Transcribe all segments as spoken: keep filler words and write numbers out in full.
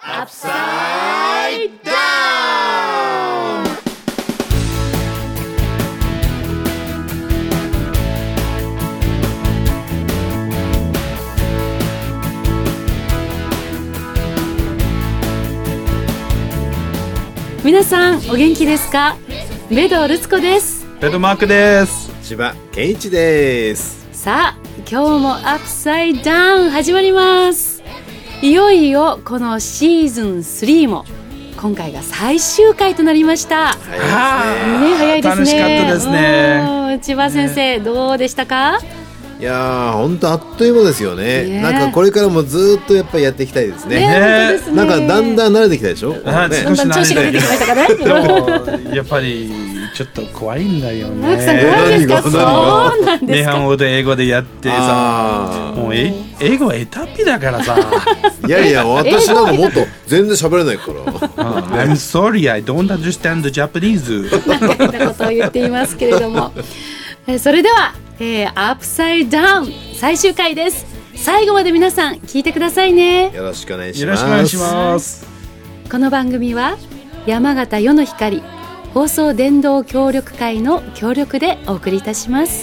Upside Down。 皆さんお元気ですか？ベドルツコです。 ベドマークです。 千葉健一です。 さあ今日もアップサイダウン始まります。いよいよこのシーズンスリーも今回が最終回となりました。 早いですね。 ね、早いですね。 楽しかったですね。 千葉先生、ね、どうでしたか？ いやー本当あっという間ですよね。 ね、 なんかこれからもずっとやっぱりやっていきたいですね。 ね、本当ですね。 なんかだんだん慣れてきたでしょ。 あ、 ね、 だんだん調子が出てきましたかね。 でもやっぱりちょっと怖いんだよね。 マークさん怖いですか？そうなんですか。 日本語で英語でやってさ、もうえ英語はエタピだからさ。 いやいや私なんかもっと全然喋れないから。 I'm sorry, I don't understand the Japanese。 なんかなことを言っていますけれども、それでは、えー、アップサイダウン最終回です。最後まで皆さん聞いてくださいね。 よろしくお願いします。 よろしくお願いします。 この番組は山形世の光放送伝道協力会の協力でお送りいたします。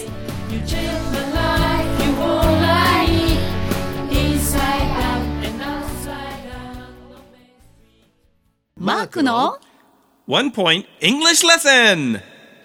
マークの One Point English Lesson。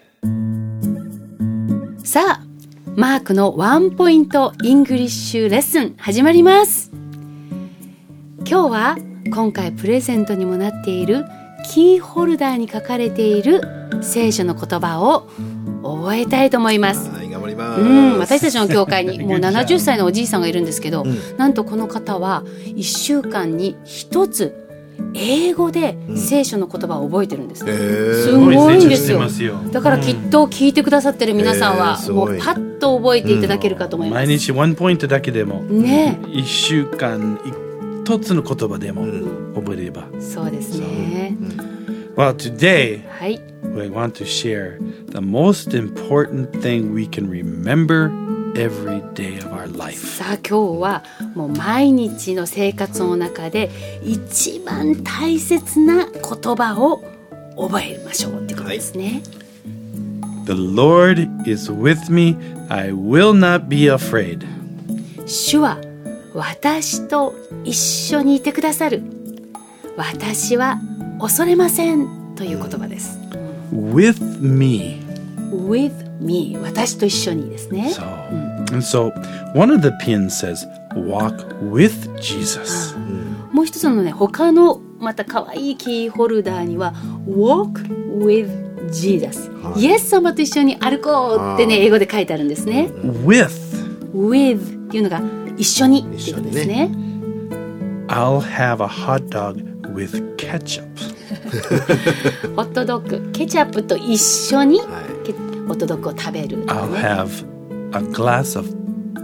さあマークのワンポイントイングリッシュレッスン始まります。今日は今回プレゼントにもなっているキーホルダーに書かれている聖書の言葉を覚えたいと思います。 はい、頑張ります。 うん、私たちの教会にもうななじゅっさいのおじいさんがいるんですけど、 うん、 なんとこの方はいっしゅうかんにひとつ英語で聖書の言葉を覚えてるんです、 うん、 すごいんですよ。だからきっと聞いてくださってる皆さんはもうパッと覚えていただけるかと思います、 うん、毎日ワンポイントだけでも、 ね、 いっしゅうかん一つの言葉でも覚えれば、 うん、そうですね、うん、 Well, today、 はい、 we want to share the most important thing we can remember every day of our life。 さあ今日はもう毎日の生活の中で一番大切な言葉を覚えましょうってことですね、 はい、The Lord is with me, I will not be afraid。 主は私と一緒にいてくださる。私は恐れませんという言葉です、うん、 With me With me 私と一緒にですね。 So,、うん、and so one of the pins says walk with Jesus、うん、 もう一つのね他のまた可愛いキーホルダーには walk with Jesus、はい、イエス様と一緒に歩こうってね英語で書いてあるんですね。 with with っていうのが一緒にっていうことですね。 I'll have a hot dog with ketchup ホットドッグケチャップと一緒に、はい、ホットドッグを食べる、ね、 I'll have a glass of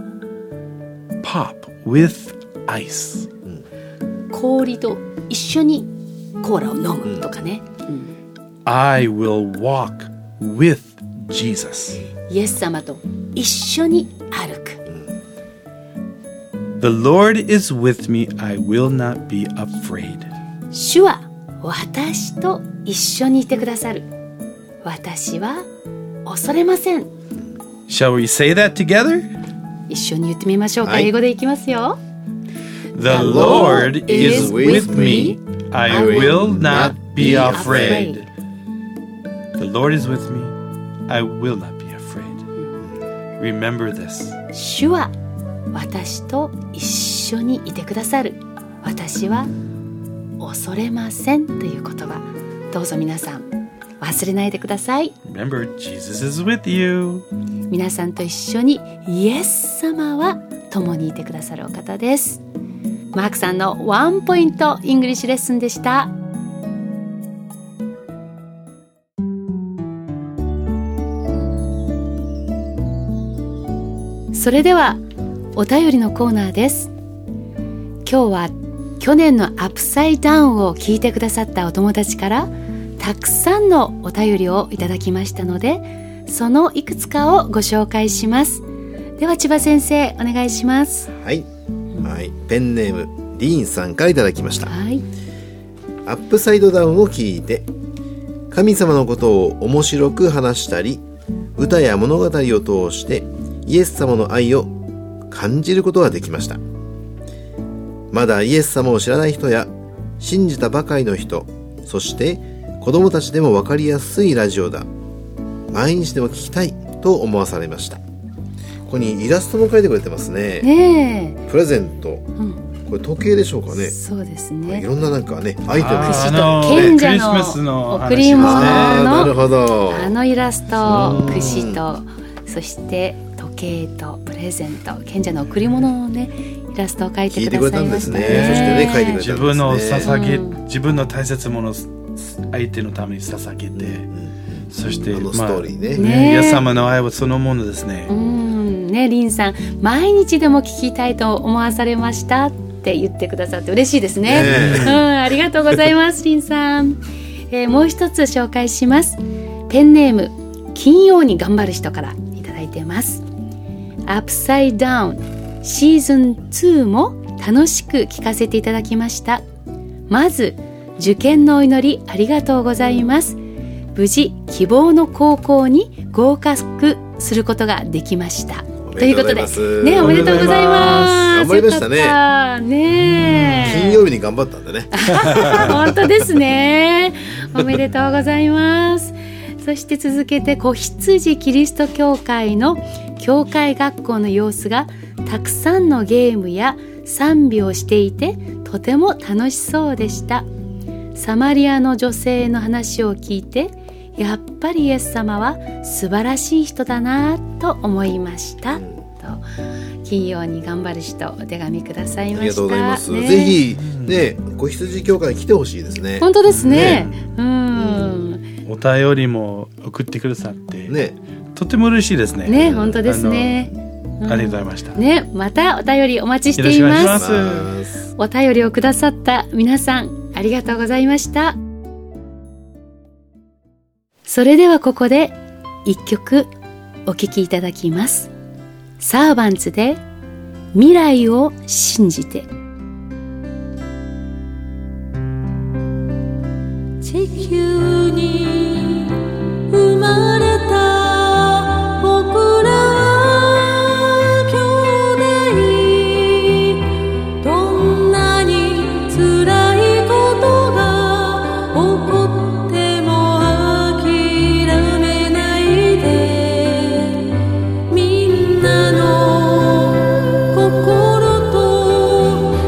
pop with ice、うん、 氷と一緒にコーラを飲むとかね、うんうん、 I will walk with Jesus、 イエス様と一緒に歩く、 うん、The Lord is with me, I will not be afraid。 主は私と一緒にいてくださる。私は恐れません。 Shall we say that together? 一緒に言ってみましょうか、はい、英語でいきますよ。 The Lord is with me, I will not be afraid。 The Lord is with me, I will not be afraid。 Remember this。 主は私と一緒にいてくださる。私は恐れませんという言葉、どうぞ皆さん忘れないでください。 Remember, Jesus is with you。 皆さんと一緒にイエス様は共にいてくださるお方です。マークさんのワンポイントイングリッシュレッスンでした。それではお便りのコーナーです。今日は去年のアップサイダウンを聞いてくださったお友達からたくさんのお便りをいただきましたので、そのいくつかをご紹介します。では千葉先生お願いします。 はい、はい、ペンネームディーンさんからいただきました。 はい、 アップサイドダウンを聞いて、神様のことを面白く話したり、歌や物語を通してイエス様の愛を感じることができました。まだイエス様を知らない人や信じたばかりの人、そして子供たちでも分かりやすいラジオだ、毎日でも聞きたいと思わされました。ここにイラストも描いてくれてますね。 ねえ、 プレゼント、 うん、 これ時計でしょうかね。 そうですね。 いろんななんかねアイテム串とあの賢者クリスマスのの話贈り物あーなるのほど。 あのイラスト、 うん串と、そして時計とプレゼント、賢者の贈り物のねイラストを描いて聞いてくれくださいたんですね。 ましたそしてね書いてくれたんですね。 自分の捧げ、 うん自分の大切なものを相手のために捧げて、そしてあのストーリーね。 ねイエス様の愛はそのものですね。 うんね、リンさん、毎日でも聞きたいと思わされましたって言ってくださって嬉しいですね。 ねうん、ありがとうございます、リンさん。えーもう一つ紹介します。ペンネーム金曜に頑張る人からいただいてます。アップサイダウンシーズンツーも楽しく聞かせていただきました。まず受験のお祈りありがとうございます。無事希望の高校に合格することができました。 おめでとうございますということでね、おめでとうございます。 頑張りましたねよかったねえ。 金曜日に頑張ったんだね。 本当ですね。おめでとうございます。そして続けて子羊キリスト教会の教会学校の様子がたくさんのゲームや賛美をしていてとても楽しそうでした。サマリアの女性の話を聞いてやっぱりイエス様は素晴らしい人だなと思いました、うん、と金曜に頑張る人お手紙くださいました。 ありがとうございます、 ね、 ぜひね子羊教会に来てほしいですね。 本当ですね。 ね、 うん、 お便りも送ってくださってね、 とても嬉しいですね。 ね、本当ですね。 ありがとうございました、 うん、ね、またお便りお待ちしていよろしくお願います。 します。 お便りをくださった皆さんありがとうございました。それではここで一曲お聴きいただきます。サーバンツで未来を信じて。 地球に生まれた僕らは兄弟、どんなに辛いことが起こっても諦めないで、みんなの心と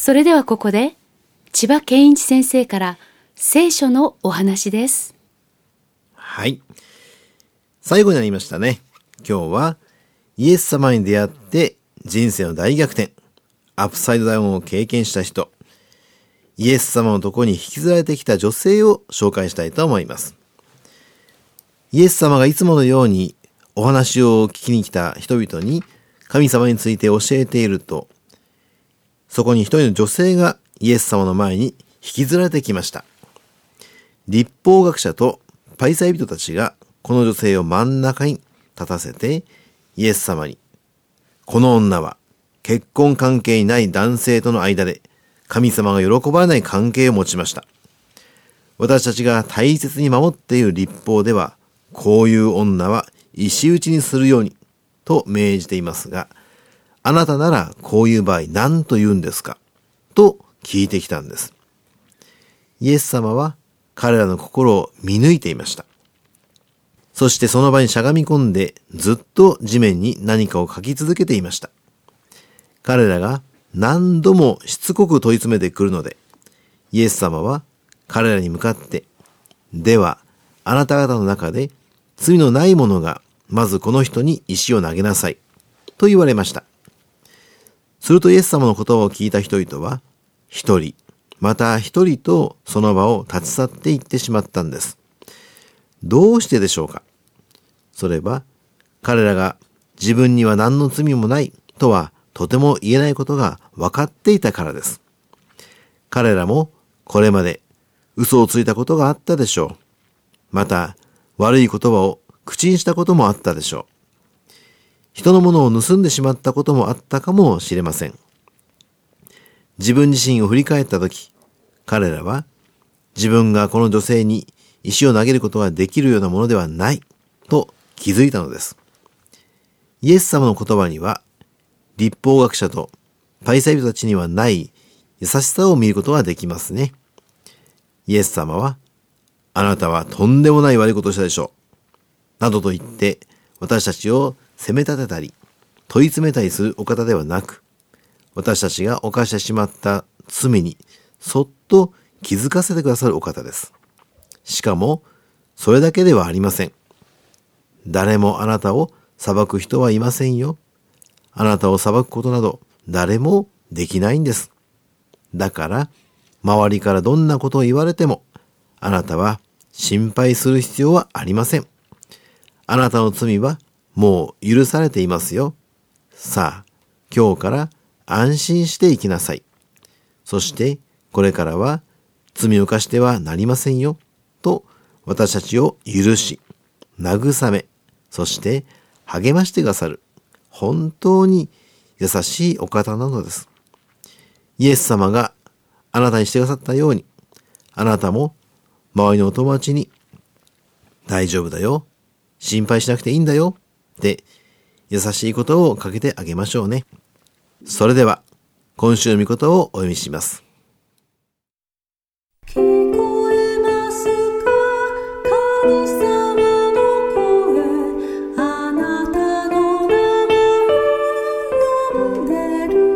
それではここで千葉健一先生から聖書のお話です。 はい。最後になりましたね。今日はイエス様に出会って人生の大逆転、アップサイドダウンを経験した人、イエス様のところに引きずられてきた女性を紹介したいと思います。イエス様がいつものようにお話を聞きに来た人々に神様について教えていると、そこに一人の女性がイエス様の前に引きずられてきました。律法学者とパリサイ人たちがこの女性を真ん中に立たせてイエス様に、この女は結婚関係にない男性との間で神様が喜ばれない関係を持ちました。私たちが大切に守っている律法では、こういう女は石打ちにするようにと命じていますが、あなたならこういう場合何と言うんですかと聞いてきたんです。イエス様は彼らの心を見抜いていました。そしてその場にしゃがみ込んでずっと地面に何かを書き続けていました。彼らが何度もしつこく問い詰めてくるので、イエス様は彼らに向かって、ではあなた方の中で罪のない者がまずこの人に石を投げなさいと言われました。するとイエス様の言葉を聞いた人々は一人また一人とその場を立ち去っていってしまったんです。どうしてでしょうか。それは彼らが自分には何の罪もないとはとても言えないことが分かっていたからです。彼らもこれまで嘘をついたことがあったでしょう。また悪い言葉を口にしたこともあったでしょう。人のものを盗んでしまったこともあったかもしれません。自分自身を振り返ったとき、彼らは自分がこの女性に石を投げることができるようなものではないと気づいたのです。イエス様の言葉には、律法学者とパリサイ人たちにはない優しさを見ることができますね。イエス様は、あなたはとんでもない悪いことをしたでしょう。などと言って私たちを責め立てたり問い詰めたりするお方ではなく、私たちが犯してしまった罪にそっと気づかせてくださるお方です。しかもそれだけではありません。誰もあなたを裁く人はいませんよ。あなたを裁くことなど誰もできないんです。だから周りからどんなことを言われてもあなたは心配する必要はありません。あなたの罪はもう許されていますよ。さあ、今日から安心して生きなさい。そしてこれからは罪を犯してはなりませんよ。と私たちを許し、慰め、そして励ましてくださる本当に優しいお方なのです。イエス様があなたにしてくださったように、あなたも周りのお友達に大丈夫だよ、心配しなくていいんだよって優しいことをかけてあげましょうね。それでは今週の御言葉をお読みします。 聞こえますか、神様の声、あなたの名前呼んでる。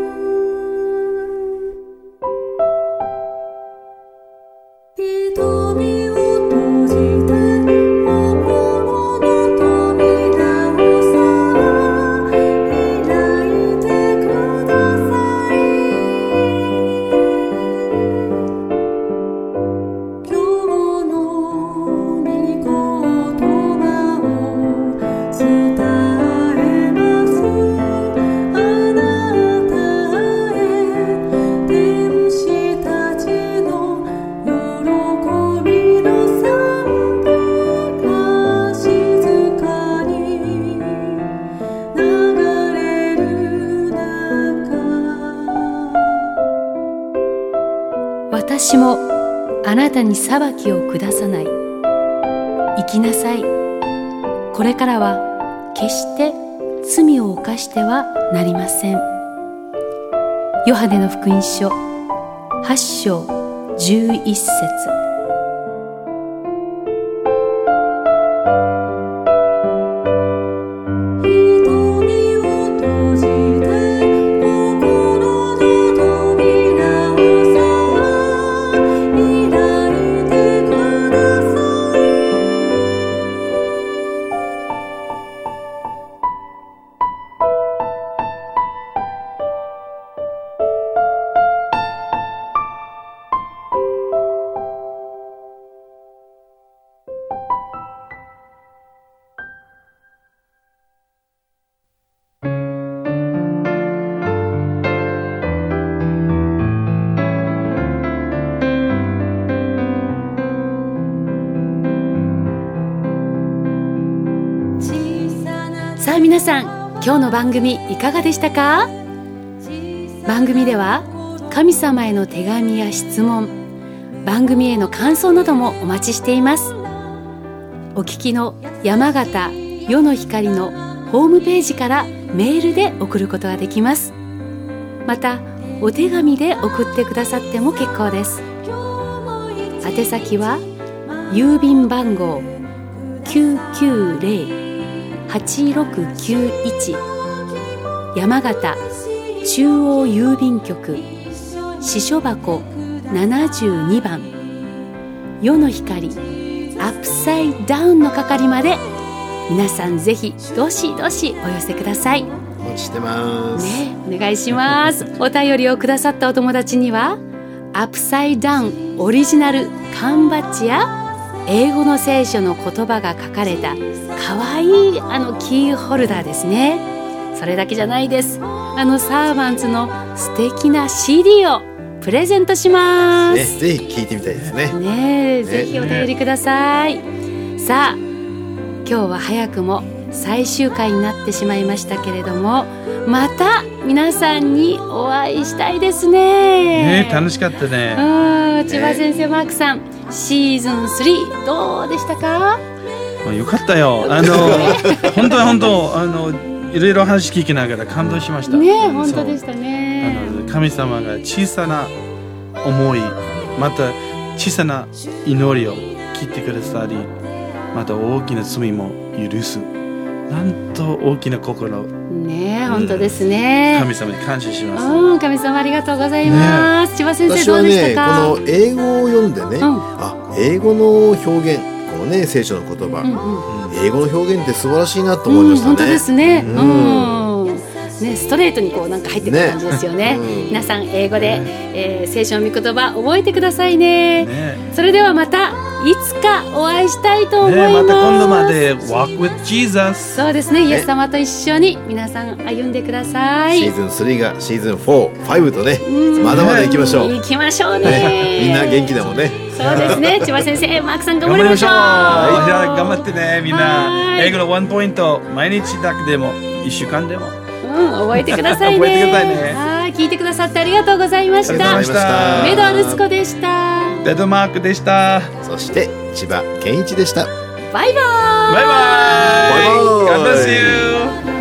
瞳を閉じて心の扉をさあ開いてください。今日の御言葉を伝えます。あなたへ天使たちの喜びの賛美が静かに流れる中、 私もあなたに裁きを下さない。生きなさい。これからは決して罪を犯してはなりません。ヨハネの福音書はち章じゅういっ節。 瞳を閉じて心の扉皆さん、今日の番組いかがでしたか？番組では神様への手紙や質問、番組への感想などもお待ちしています。お聞きの山形世の光のホームページからメールで送ることができます。またお手紙で送ってくださっても結構です。宛先は郵便番号 きゅうきゅうぜろ はちろくきゅういち 山形中央郵便局支所箱ななじゅうにばん、世の光アップサイダウンの係まで、皆さんぜひどしどしお寄せください。 お待ちしてますね、お願いしますお便りをくださったお友達にはアップサイダウンオリジナル缶バッジや英語の聖書の言葉が書かれたかわいいあのキーホルダーですね。それだけじゃないです。あのサーバンツの素敵な シーディー をプレゼントします、 ね、ぜひ聞いてみたいですね。 ねえ、ぜひお便りください、ね、さあ今日は早くも最終回になってしまいましたけれども、また皆さんにお会いしたいですね。 ね、楽しかったね。 うん、千葉先生、マークさん、シーズンスリーどうでしたか？ よかったよ。あの本当は本当あのいろいろ話聞きながら感動しました。 ね、本当でしたね。 あの神様が小さな思い、また小さな祈りを聞いてくださり、また大きな罪も許す。なんと大きな心。 ね、本当ですね、 神様に感謝します。 うん、神様ありがとうございます、ね、千葉先生どうでしたか？ 私はね、この英語を読んでね、うん、あ、英語の表現、このね聖書の言葉、うんうん、英語の表現って素晴らしいなと思いましたね、 うん、本当ですね、 うんうんね、ストレートにこうなんか入ってくる感じですよね、ね、うん、皆さん英語で、えー、聖書の御言葉覚えてください ね, ねそれではまたいつかお会いしたいと思います、ね、 また今度まで Walk with Jesus。 そうですね、イエス様と一緒に皆さん歩んでください。 シーズンスリーがシーズンフォー、ファイブとね、まだまだ行きましょう。 行きましょう ね, ねみんな元気だもんね。 そうですね、千葉先生、マークさん頑張りましょう。 はい、じゃあ頑張ってね、みんな。英語のワンポイント毎日だけでもいっしゅうかんでも、 うん、覚えてくださいね。 覚えてくださいね。 はい、聞いてくださってありがとうございました。 ありがとうございました。 メドアルツコでした。 ベドマークでした。 そして千葉健一でした。 バイバイ。 バイバイ。God bless you。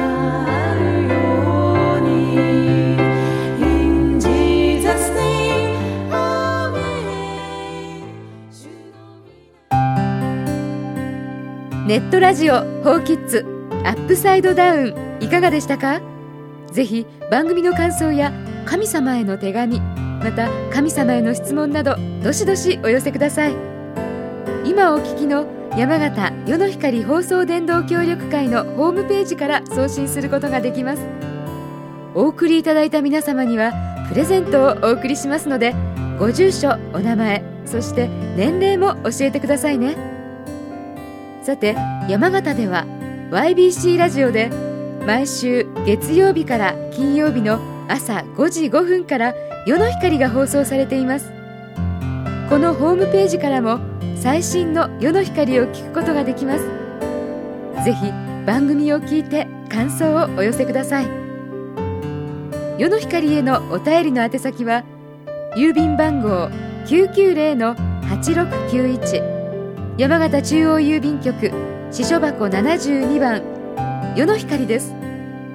ネットラジオフォーキッズアップサイドダウンいかがでしたか？ぜひ番組の感想や神様への手紙、また神様への質問などどしどしお寄せください。今お聞きの山形世の光放送伝道協力会のホームページから送信することができます。お送りいただいた皆様にはプレゼントをお送りしますので、ご住所、お名前、そして年齢も教えてくださいね。さて、山形では ワイビーシー ラジオで毎週月曜日から金曜日の朝ごじごふんから世の光が放送されています。このホームページからも最新の世の光を聞くことができます。ぜひ番組を聞いて感想をお寄せください。世の光へのお便りの宛先は郵便番号 きゅうきゅうぜろ はちろくきゅういち 山形中央郵便局支所箱ななじゅうにばん世の光です。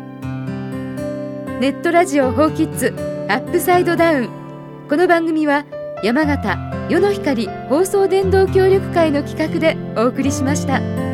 ネットラジオフォーキッズアップサイドダウン、この番組は山形世の光放送伝道協力会の企画でお送りしました。